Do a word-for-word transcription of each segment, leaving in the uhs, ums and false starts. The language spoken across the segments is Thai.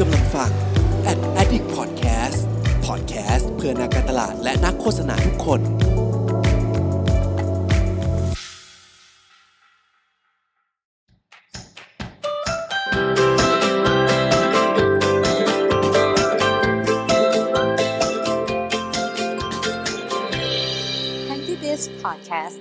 กำลังฟัง Ad Addict Podcast Podcast เพื่อนักการตลาดและนักโฆษณาทุกคน Hanky Biz Podcast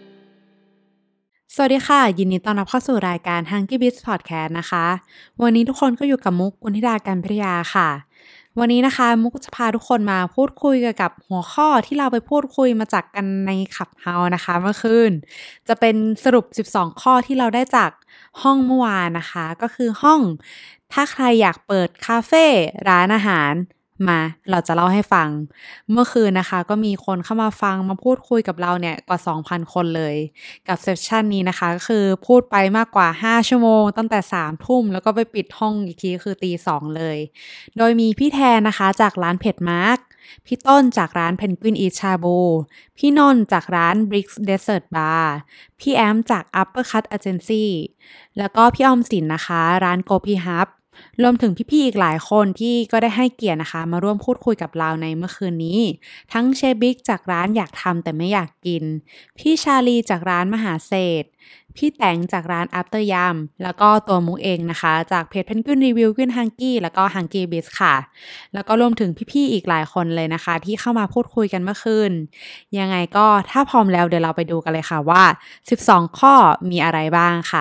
สวัสดีค่ะยินดีต้อนรับเข้าสู่รายการ Hanky Biz Podcast นะคะวันนี้ทุกคนก็อยู่กับมุกกุณธิดาการพิทยาค่ะวันนี้นะคะมุกจะพาทุกคนมาพูดคุยเกี่ยวกับหัวข้อที่เราไปพูดคุยมาจากกันในขับเฮานะคะเมื่อคืนจะเป็นสรุปสิบสองข้อที่เราได้จากห้องเมื่อวานนะคะก็คือห้องถ้าใครอยากเปิดคาเฟ่ร้านอาหารมาเราจะเล่าให้ฟังเมื่อคืนนะคะก็มีคนเข้ามาฟังมาพูดคุยกับเราเนี่ยกว่า สองพัน คนเลยกับเซสชันนี้นะคะก็คือพูดไปมากกว่าห้าชั่วโมงตั้งแต่สามทุ่มแล้วก็ไปปิดห้องอีกทีคือตีสองเลยโดยมีพี่แทนนะคะจากร้านเผ็ดมาร์คพี่ต้นจากร้านเพนกวินอีชาบูพี่นนท์จากร้าน Bricks Dessert Bar พี่แอมจาก Upper Cut Agency แล้วก็พี่ออมสินนะคะร้านโกพีฮับรวมถึงพี่ๆอีกหลายคนที่ก็ได้ให้เกียรตินะคะมาร่วมพูดคุยกับเราในเมื่อคืนนี้ทั้งเชฟบิ๊กจากร้านอยากทำแต่ไม่อยากกินพี่ชาลีจากร้านมหาเศรษฐ์พี่แตงจากร้าน After Yum แล้วก็ตัวมุกเองนะคะจากเพจ Penguin Review Penguin Hanky แล้วก็ Hanky Biz ค่ะแล้วก็รวมถึงพี่ๆอีกหลายคนเลยนะคะที่เข้ามาพูดคุยกันเมื่อคืนยังไงก็ถ้าพร้อมแล้วเดี๋ยวเราไปดูกันเลยค่ะว่าสิบสองข้อมีอะไรบ้างค่ะ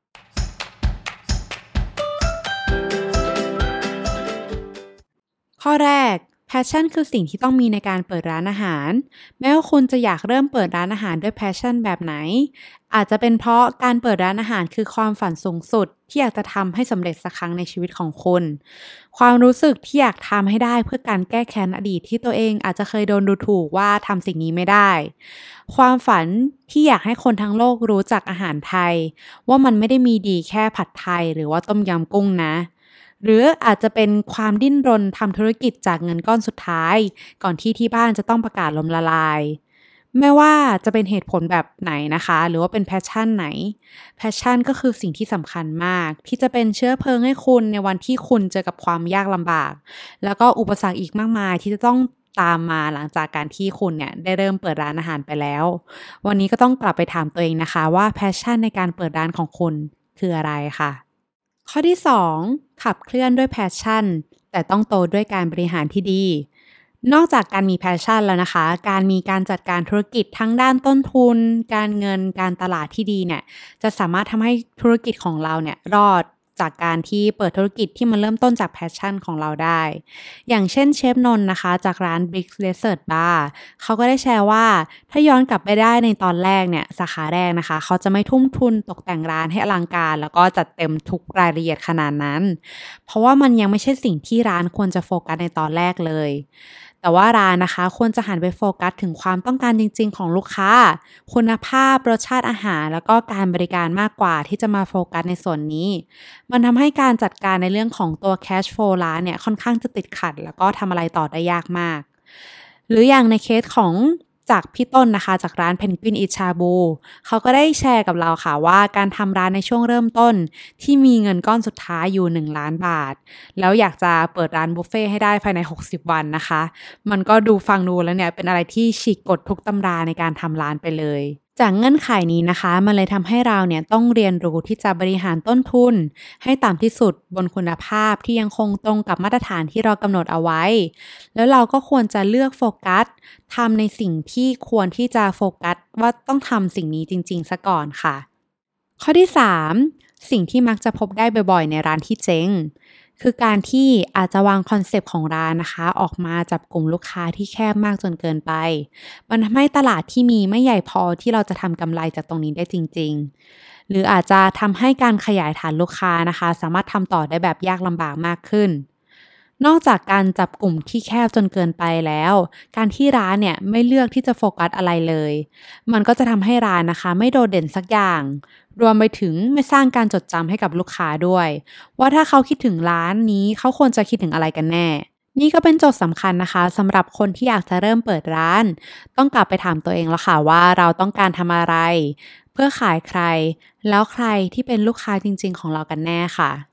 ข้อแรก passion คือสิ่งที่ต้องมีในการเปิดร้านอาหารแม้ว่าคุณจะอยากเริ่มเปิดร้านอาหารด้วย passion แบบไหนอาจจะเป็นเพราะการเปิดร้านอาหารคือความฝันสูงสุดที่อยากจะทำให้สำเร็จสักครั้งในชีวิตของคุณความรู้สึกที่อยากทำให้ได้เพื่อการแก้แค้นอดีตที่ตัวเองอาจจะเคยโดนดูถูกว่าทำสิ่งนี้ไม่ได้ความฝันที่อยากให้คนทั้งโลกรู้จักอาหารไทยว่ามันไม่ได้มีดีแค่ผัดไทยหรือว่าต้มยำกุ้งนะหรืออาจจะเป็นความดิ้นรนทำธุรกิจจากเงินก้อนสุดท้ายก่อนที่ที่บ้านจะต้องประกาศล้มละลายไม่ว่าจะเป็นเหตุผลแบบไหนนะคะหรือว่าเป็นแพชชั่นไหนแพชชั่นก็คือสิ่งที่สำคัญมากที่จะเป็นเชื้อเพลิงให้คุณในวันที่คุณเจอกับความยากลำบากแล้วก็อุปสรรคอีกมากมายที่จะต้องตามมาหลังจากการที่คุณเนี่ยได้เริ่มเปิดร้านอาหารไปแล้ววันนี้ก็ต้องกลับไปถามตัวเองนะคะว่าแพชชั่นในการเปิดร้านของคุณคืออะไรค่ะข้อที่สองขับเคลื่อนด้วยแพชชั่นแต่ต้องโตด้วยการบริหารที่ดีนอกจากการมีแพชชั่นแล้วนะคะการมีการจัดการธุรกิจทั้งด้านต้นทุนการเงินการตลาดที่ดีเนี่ยจะสามารถทำให้ธุรกิจของเราเนี่ยรอดจากการที่เปิดธุรกิจที่มันเริ่มต้นจากแพชชั่นของเราได้อย่างเช่นเชฟนนท์นะคะจากร้าน Bricks Dessert Bar เขาก็ได้แชร์ว่าถ้าย้อนกลับไปได้ในตอนแรกเนี่ยสาขาแรกนะคะเขาจะไม่ทุ่มทุนตกแต่งร้านให้อลังการแล้วก็จัดเต็มทุกรายละเอียดขนาดนั้นเพราะว่ามันยังไม่ใช่สิ่งที่ร้านควรจะโฟกัสในตอนแรกเลยแต่ว่าร้านนะคะควรจะหันไปโฟกัสถึงความต้องการจริงๆของลูกค้าคุณภาพรสชาติอาหารแล้วก็การบริการมากกว่าที่จะมาโฟกัสในส่วนนี้มันทำให้การจัดการในเรื่องของตัว cash flow ร้านเนี่ยค่อนข้างจะติดขัดแล้วก็ทำอะไรต่อได้ยากมากหรืออย่างในเคสของจากพี่ต้นนะคะจากร้านเพนกวินอิชาบูเขาก็ได้แชร์กับเราค่ะว่าการทำร้านในช่วงเริ่มต้นที่มีเงินก้อนสุดท้ายอยู่หนึ่งล้านบาทแล้วอยากจะเปิดร้านบุฟเฟ่ให้ได้ภายในหกสิบวันนะคะมันก็ดูฟังดูแล้วเนี่ยเป็นอะไรที่ฉีกกฎทุกตำราในการทำร้านไปเลยจากเงื่อนไขนี้นะคะมันเลยทำให้เราเนี่ยต้องเรียนรู้ที่จะบริหารต้นทุนให้ต่ำที่สุดบนคุณภาพที่ยังคงตรงกับมาตรฐานที่เรากำหนดเอาไว้แล้วเราก็ควรจะเลือกโฟกัสทำในสิ่งที่ควรที่จะโฟกัสว่าต้องทำสิ่งนี้จริงๆซะก่อนค่ะข้อที่สามสิ่งที่มักจะพบได้บ่อยๆในร้านที่เจ๊งคือการที่อาจจะวางคอนเซปต์ของร้านนะคะออกมาจับกลุ่มลูกค้าที่แคบมากจนเกินไปมันทำให้ตลาดที่มีไม่ใหญ่พอที่เราจะทำกำไรจากตรงนี้ได้จริงๆหรืออาจจะทำให้การขยายฐานลูกค้านะคะสามารถทำต่อได้แบบยากลำบากมากขึ้นนอกจากการจับกลุ่มที่แคบจนเกินไปแล้วการที่ร้านเนี่ยไม่เลือกที่จะโฟกัสอะไรเลยมันก็จะทำให้ร้านนะคะไม่โดดเด่นสักอย่างรวมไปถึงไม่สร้างการจดจำให้กับลูกค้าด้วยว่าถ้าเขาคิดถึงร้านนี้เขาควรจะคิดถึงอะไรกันแน่นี่ก็เป็นโจทย์สำคัญนะคะสำหรับคนที่อยากจะเริ่มเปิดร้านต้องกลับไปถามตัวเองแล้วค่ะว่าเราต้องการทำอะไรเพื่อขายใครแล้วใครที่เป็นลูกค้าจริงๆของเรากันแน่ค่ะ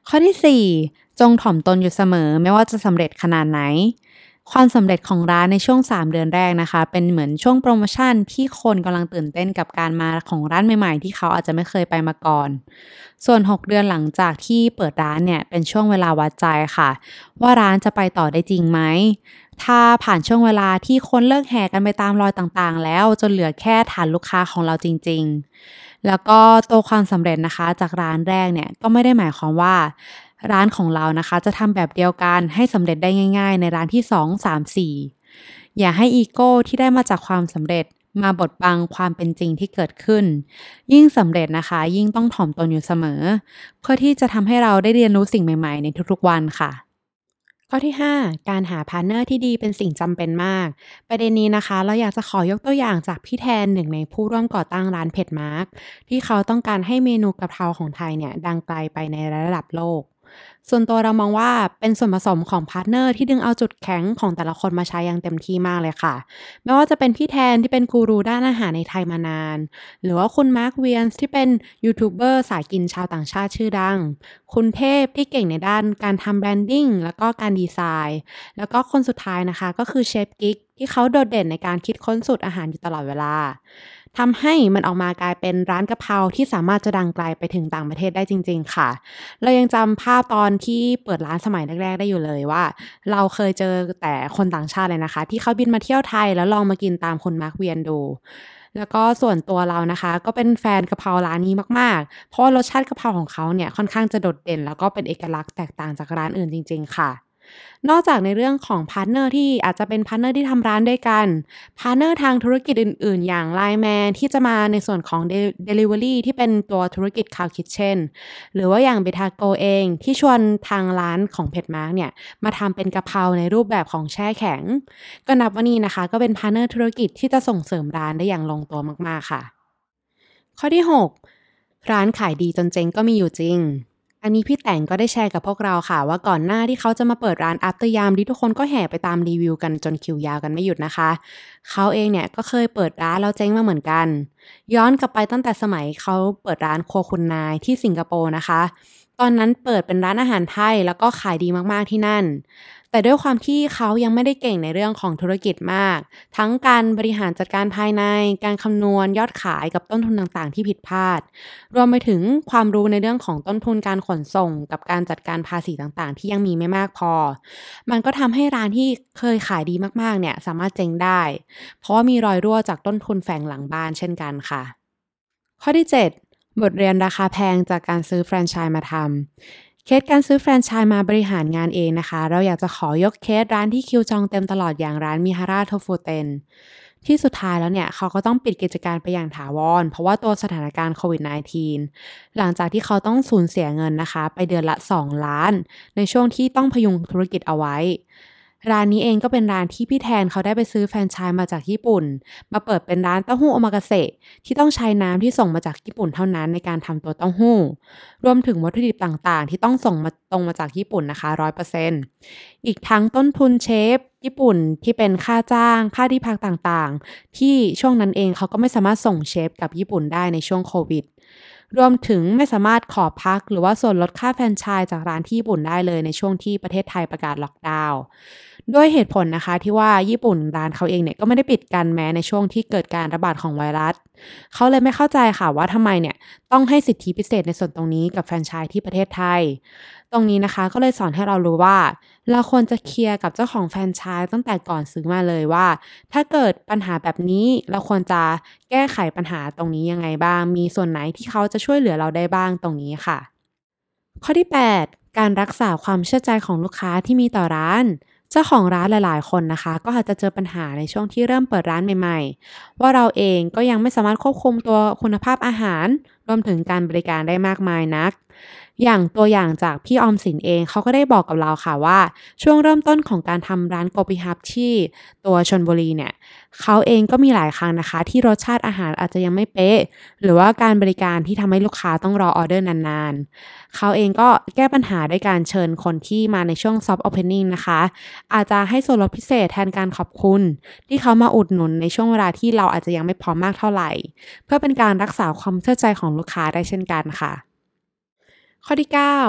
ข้อที่สี่จงถ่อมตนอยู่เสมอไม่ว่าจะสำเร็จขนาดไหนความสำเร็จของร้านในช่วงสามเดือนแรกนะคะเป็นเหมือนช่วงโปรโมชั่นที่คนกำลังตื่นเต้นกับการมาของร้านใหม่ๆที่เขาอาจจะไม่เคยไปมาก่อนส่วนหกเดือนหลังจากที่เปิดร้านเนี่ยเป็นช่วงเวลาวัดใจค่ะว่าร้านจะไปต่อได้จริงไหมถ้าผ่านช่วงเวลาที่คนเลิกแห่กันไปตามรอยต่างๆแล้วจนเหลือแค่ฐานลูกค้าของเราจริงๆแล้วก็ตัวความสำเร็จนะคะจากร้านแรกเนี่ยก็ไม่ได้หมายความว่าร้านของเรานะคะจะทำแบบเดียวกันให้สำเร็จได้ง่ายๆในร้านที่สอง สาม สี่อย่าให้อีโก้ที่ได้มาจากความสำเร็จมาบดบังความเป็นจริงที่เกิดขึ้นยิ่งสำเร็จนะคะยิ่งต้องถ่อมตนอยู่เสมอเพื่อที่จะทำให้เราได้เรียนรู้สิ่งใหม่ๆในทุกๆวันค่ะข้อที่ห้าการหาพาร์ทเนอร์ที่ดีเป็นสิ่งจำเป็นมากประเด็นนี้นะคะเราอยากจะขอยกตัวอย่างจากพี่แทนหนึ่งในผู้ร่วมก่อตั้งร้านเผ็ดมาร์กที่เขาต้องการให้เมนูกะเพราของไทยเนี่ยดังไกลไปในระดับโลกส่วนตัวเรามองว่าเป็นส่วนผสมของพาร์ทเนอร์ที่ดึงเอาจุดแข็งของแต่ละคนมาใช้อย่างเต็มที่มากเลยค่ะไม่ว่าจะเป็นพี่แทนที่เป็นกูรูด้านอาหารในไทยมานานหรือว่าคุณมาร์คเวียนส์ที่เป็นยูทูบเบอร์สายกินชาวต่างชาติชื่อดังคุณเทพที่เก่งในด้านการทำแบรนดิ้งแล้วก็การดีไซน์แล้วก็คนสุดท้ายนะคะก็คือเชฟกิ๊กที่เขาโดดเด่นในการคิดค้นสูตรอาหารอยู่ตลอดเวลาทำให้มันออกมากลายเป็นร้านกะเพราที่สามารถจะดังไกลไปถึงต่างประเทศได้จริงๆค่ะเรายังจำภาพตอนที่เปิดร้านสมัยแรกๆได้อยู่เลยว่าเราเคยเจอแต่คนต่างชาติเลยนะคะที่เขาบินมาเที่ยวไทยแล้วลองมากินตามคุณมาร์คเวียนดูแล้วก็ส่วนตัวเรานะคะก็เป็นแฟนกะเพราร้านนี้มากๆเพราะว่ารสชาติกะเพราของเขาเนี่ยค่อนข้างจะโดดเด่นแล้วก็เป็นเอกลักษณ์แตกต่างจากร้านอื่นจริงๆค่ะนอกจากในเรื่องของพาร์ทเนอร์ที่อาจจะเป็นพาร์ทเนอร์ที่ทำร้านด้วยกันพาร์ทเนอร์ทางธุรกิจอื่นๆอย่าง ไลน์ แมน ที่จะมาในส่วนของ Delivery ที่เป็นตัวธุรกิจ Cloud Kitchen หรือว่าอย่าง Betago เองที่ชวนทางร้านของเผ็ดมาร์กเนี่ยมาทำเป็นกะเพราในรูปแบบของแช่แข็งก็นับว่านี่นะคะก็เป็นพาร์ทเนอร์ธุรกิจที่จะส่งเสริมร้านได้อย่างลงตัวมากๆค่ะข้อที่หกร้านขายดีจนเจ๊งก็มีอยู่จริงอันนี้พี่แต่งก็ได้แชร์กับพวกเราค่ะว่าก่อนหน้าที่เขาจะมาเปิดร้านอัปเตอร์ยามที่ทุกคนก็แห่ไปตามรีวิวกันจนคิวยาวกันไม่หยุดนะคะเขาเองเนี่ยก็เคยเปิดร้านแล้วเจ๊งมาเหมือนกันย้อนกลับไปตั้งแต่สมัยเขาเปิดร้านครัวคุณนายที่สิงคโปร์นะคะตอนนั้นเปิดเป็นร้านอาหารไทยแล้วก็ขายดีมากๆที่นั่นแต่ด้วยความที่เขายังไม่ได้เก่งในเรื่องของธุรกิจมากทั้งการบริหารจัดการภายในการคำนวณยอดขายกับต้นทุนต่างๆที่ผิดพลาดรวมไปถึงความรู้ในเรื่องของต้นทุนการขนส่งกับการจัดการภาษีต่างๆที่ยังมีไม่มากพอมันก็ทำให้ร้านที่เคยขายดีมากๆเนี่ยสามารถเจ๊งได้เพราะว่ามีรอยรั่วจากต้นทุนแฝงหลังบ้านเช่นกันค่ะข้อที่เจ็ดบทเรียนราคาแพงจากการซื้อแฟรนไชส์มาทำเคสการซื้อแฟรนไชส์มาบริหารงานเองนะคะเราอยากจะขอยกเคสร้านที่คิวจองเต็มตลอดอย่างร้านมิฮาร่าโทฟูเต็นที่สุดท้ายแล้วเนี่ยเขาก็ต้องปิดกิจการไปอย่างถาวรเพราะว่าตัวสถานการณ์โควิด สิบเก้า หลังจากที่เขาต้องสูญเสียเงินนะคะไปเดือนละสองล้านในช่วงที่ต้องพยุงธุรกิจเอาไว้ร้านนี้เองก็เป็นร้านที่พี่แทนเขาได้ไปซื้อแฟรนไชส์มาจากญี่ปุ่นมาเปิดเป็นร้านเต้าหู้โอมากาเสะที่ต้องใช้น้ำที่ส่งมาจากญี่ปุ่นเท่านั้นในการทำตัวเต้าหู้รวมถึงวัตถุดิบต่างๆที่ต้องส่งมาตรงมาจากญี่ปุ่นนะคะ ร้อยเปอร์เซ็นต์ อีกทั้งต้นทุนเชฟญี่ปุ่นที่เป็นค่าจ้างค่าที่พักต่างๆที่ช่วงนั้นเองเขาก็ไม่สามารถส่งเชฟกับญี่ปุ่นได้ในช่วงโควิดรวมถึงไม่สามารถขอพักหรือว่าส่วนลดค่าแฟรนไชส์จากร้านที่ญี่ปุ่นได้เลยในช่วงที่ประเทศไทยประกาศล็อกดาวน์ด้วยเหตุผลนะคะที่ว่าญี่ปุ่นร้านเขาเองเนี่ยก็ไม่ได้ปิดกันแม้ในช่วงที่เกิดการระบาดของไวรัสเขาเลยไม่เข้าใจค่ะว่าทำไมเนี่ยต้องให้สิทธิพิเศษในส่วนตรงนี้กับแฟรนไชส์ที่ประเทศไทยตรงนี้นะคะก็เลยสอนให้เรารู้ว่าเราควรจะเคลียร์กับเจ้าของแฟรนไชส์ตั้งแต่ก่อนซื้อมาเลยว่าถ้าเกิดปัญหาแบบนี้เราควรจะแก้ไขปัญหาตรงนี้ยังไงบ้างมีส่วนไหนที่เขาจะช่วยเหลือเราได้บ้างตรงนี้ค่ะข้อที่แปดการรักษาความเชื่อใจของลูกค้าที่มีต่อร้านเจ้าของร้านหลายๆคนนะคะก็อาจจะเจอปัญหาในช่วงที่เริ่มเปิดร้านใหม่ๆว่าเราเองก็ยังไม่สามารถควบคุมตัวคุณภาพอาหารรวมถึงการบริการได้มากมายนักอย่างตัวอย่างจากพี่ออมสินเองเขาก็ได้บอกกับเราค่ะว่าช่วงเริ่มต้นของการทำร้านโกปิฮับที่ตัวชลบุรีเนี่ยเขาเองก็มีหลายครั้งนะคะที่รสชาติอาหารอาจจะยังไม่เป๊ะหรือว่าการบริการที่ทำให้ลูกค้าต้องรอออเดอร์นานๆเขาเองก็แก้ปัญหาด้วยการเชิญคนที่มาในช่วง Soft Opening นะคะอาจจะให้ส่วนลดพิเศษแทนการขอบคุณที่เขามาอุดหนุนในช่วงเวลาที่เราอาจจะยังไม่พร้อมมากเท่าไหร่เพื่อเป็นการรักษาความเชื่อใจของลูกค้าได้เช่นกันค่ะข้อที่เก้า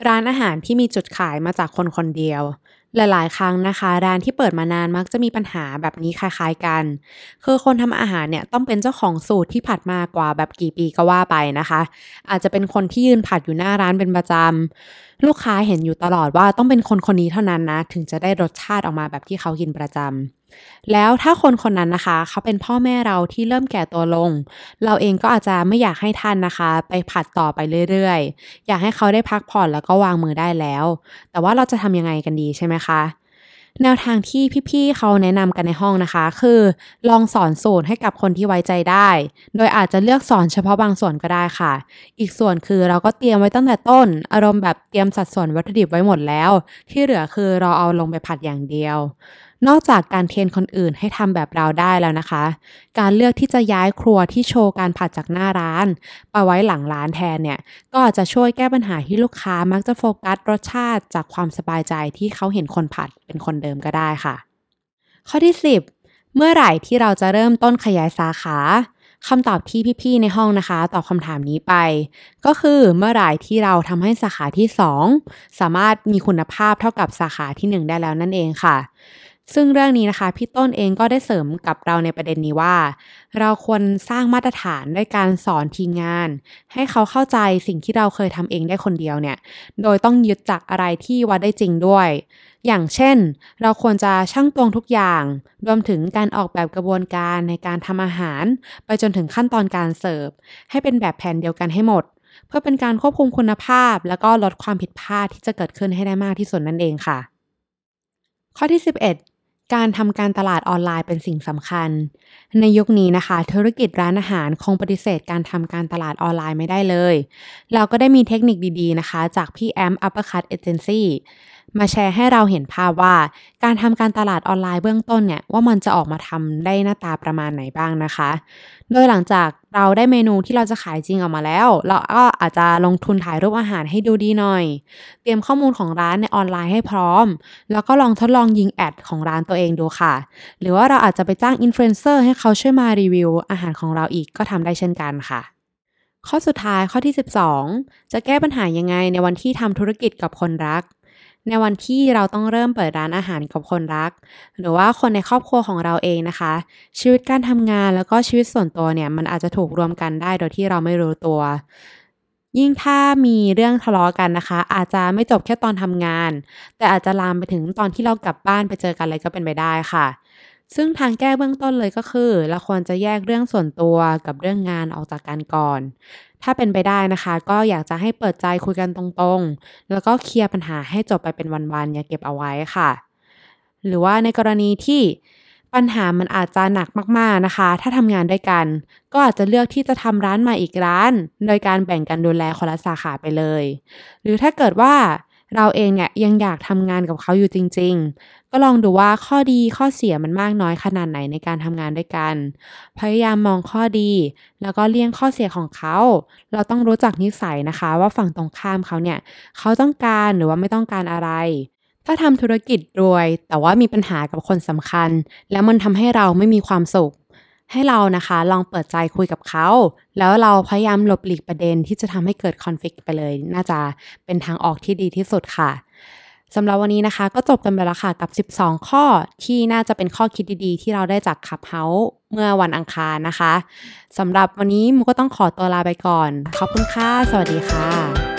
ร้านอาหารที่มีจุดขายมาจากคนคนเดียวหลายๆครั้งนะคะร้านที่เปิดมานานมักจะมีปัญหาแบบนี้คล้ายๆกันคือคนทำอาหารเนี่ยต้องเป็นเจ้าของสูตรที่ผัดมากว่าแบบกี่ปีก็ว่าไปนะคะอาจจะเป็นคนที่ยืนผัดอยู่หน้าร้านเป็นประจำลูกค้าเห็นอยู่ตลอดว่าต้องเป็นคนคนนี้เท่านั้นนะถึงจะได้รสชาติออกมาแบบที่เขากินประจำแล้วถ้าคนคนนั้นนะคะเขาเป็นพ่อแม่เราที่เริ่มแก่ตัวลงเราเองก็อาจจะไม่อยากให้ท่านนะคะไปผัดต่อไปเรื่อยๆอยากให้เขาได้พักผ่อนแล้วก็วางมือได้แล้วแต่ว่าเราจะทำยังไงกันดีใช่ไหมคะแนวทางที่พี่ๆเขาแนะนำกันในห้องนะคะคือลองสอนสูตรให้กับคนที่ไว้ใจได้โดยอาจจะเลือกสอนเฉพาะบางส่วนก็ได้ค่ะอีกส่วนคือเราก็เตรียมไว้ตั้งแต่ต้นอารมณ์แบบเตรียมสัดส่วนวัตถุดิบไว้หมดแล้วที่เหลือคือเราเอาลงไปผัดอย่างเดียวนอกจากการเทรนคนอื่นให้ทำแบบเราได้แล้วนะคะการเลือกที่จะย้ายครัวที่โชว์การผัดจากหน้าร้านไปไว้หลังร้านแทนเนี่ยก็อาจจะช่วยแก้ปัญหาที่ลูกค้ามักจะโฟกัสรสชาติจากความสบายใจที่เขาเห็นคนผัดเป็นคนเดิมก็ได้ค่ะข้อที่สิบเมื่อไหร่ที่เราจะเริ่มต้นขยายสาขาคำตอบที่พี่ๆในห้องนะคะตอบคำถามนี้ไปก็คือเมื่อไหร่ที่เราทำให้สาขาที่สองสามารถมีคุณภาพเท่ากับสาขาที่หนึ่งได้แล้วนั่นเองค่ะซึ่งเรื่องนี้นะคะพี่ต้นเองก็ได้เสริมกับเราในประเด็นนี้ว่าเราควรสร้างมาตรฐานด้วยการสอนทีมงานให้เขาเข้าใจสิ่งที่เราเคยทำเองได้คนเดียวเนี่ยโดยต้องยึดจากอะไรที่วัดได้จริงด้วยอย่างเช่นเราควรจะชั่งตวงทุกอย่างรวมถึงการออกแบบกระบวนการในการทำอาหารไปจนถึงขั้นตอนการเสิร์ฟให้เป็นแบบแผนเดียวกันให้หมดเพื่อเป็นการควบคุมคุณภาพแล้วก็ลดความผิดพลาดที่จะเกิดขึ้นให้ได้มากที่สุดนั่นเองค่ะข้อที่สิบเอ็ดการทำการตลาดออนไลน์เป็นสิ่งสำคัญในยุคนี้นะคะธุรกิจร้านอาหารคงปฏิเสธการทำการตลาดออนไลน์ไม่ได้เลยเราก็ได้มีเทคนิคดีๆนะคะจากพี่แอม Uppercut Agency มาแชร์ให้เราเห็นภาพว่าการทำการตลาดออนไลน์เบื้องต้นเนี่ยว่ามันจะออกมาทำได้หน้าตาประมาณไหนบ้างนะคะโดยหลังจากเราได้เมนูที่เราจะขายจริงออกมาแล้วเราก็อาจจะลงทุนถ่ายรูปอาหารให้ดูดีหน่อยเตรียมข้อมูลของร้านในออนไลน์ให้พร้อมแล้วก็ลองทดลองยิงแอดของร้านตัวเองดูค่ะหรือว่าเราอาจจะไปจ้างอินฟลูเอนเซอร์ให้เขาช่วยมารีวิวอาหารของเราอีกก็ทำได้เช่นกันค่ะข้อสุดท้ายข้อที่สิบสองจะแก้ปัญหายังไงในวันที่ทำธุรกิจกับคนรักในวันที่เราต้องเริ่มเปิดร้านอาหารกับคนรักหรือว่าคนในครอบครัวของเราเองนะคะชีวิตการทำงานแล้วก็ชีวิตส่วนตัวเนี่ยมันอาจจะถูกรวมกันได้โดยที่เราไม่รู้ตัวยิ่งถ้ามีเรื่องทะเลาะกันนะคะอาจจะไม่จบแค่ตอนทำงานแต่อาจจะลามไปถึงตอนที่เรากลับบ้านไปเจอกันเลยก็เป็นไปได้ค่ะซึ่งทางแก้เบื้องต้นเลยก็คือเราควรจะแยกเรื่องส่วนตัวกับเรื่องงานออกจากกันก่อนถ้าเป็นไปได้นะคะก็อยากจะให้เปิดใจคุยกันตรงๆแล้วก็เคลียร์ปัญหาให้จบไปเป็นวันๆอย่าเก็บเอาไว้ค่ะหรือว่าในกรณีที่ปัญหามันอาจจะหนักมากๆนะคะถ้าทำงานด้วยกันก็อาจจะเลือกที่จะทำร้านใหม่อีกร้านโดยการแบ่งกันดูแลคนละสาขาไปเลยหรือถ้าเกิดว่าเราเองเนี่ยยังอยากทำงานกับเขาอยู่จริงๆก็ลองดูว่าข้อดีข้อเสียมันมากน้อยขนาดไหนในการทำงานด้วยกันพยายามมองข้อดีแล้วก็เลี่ยงข้อเสียของเขาเราต้องรู้จักนิสัยนะคะว่าฝั่งตรงข้ามเขาเนี่ยเขาต้องการหรือว่าไม่ต้องการอะไรถ้าทำธุรกิจรวยแต่ว่ามีปัญหากับคนสำคัญแล้วมันทำให้เราไม่มีความสุขให้เรานะคะลองเปิดใจคุยกับเขาแล้วเราพยายามหลบหลีกประเด็นที่จะทำให้เกิดคอนฟลิกต์ไปเลยน่าจะเป็นทางออกที่ดีที่สุดค่ะสำหรับวันนี้นะคะก็จบกันไปแล้วค่ะกับสิบสองข้อที่น่าจะเป็นข้อคิดดีๆที่เราได้จาก Clubhouse เมื่อวันอังคารนะคะสำหรับวันนี้มูก็ต้องขอตัวลาไปก่อนขอบคุณค่ะสวัสดีค่ะ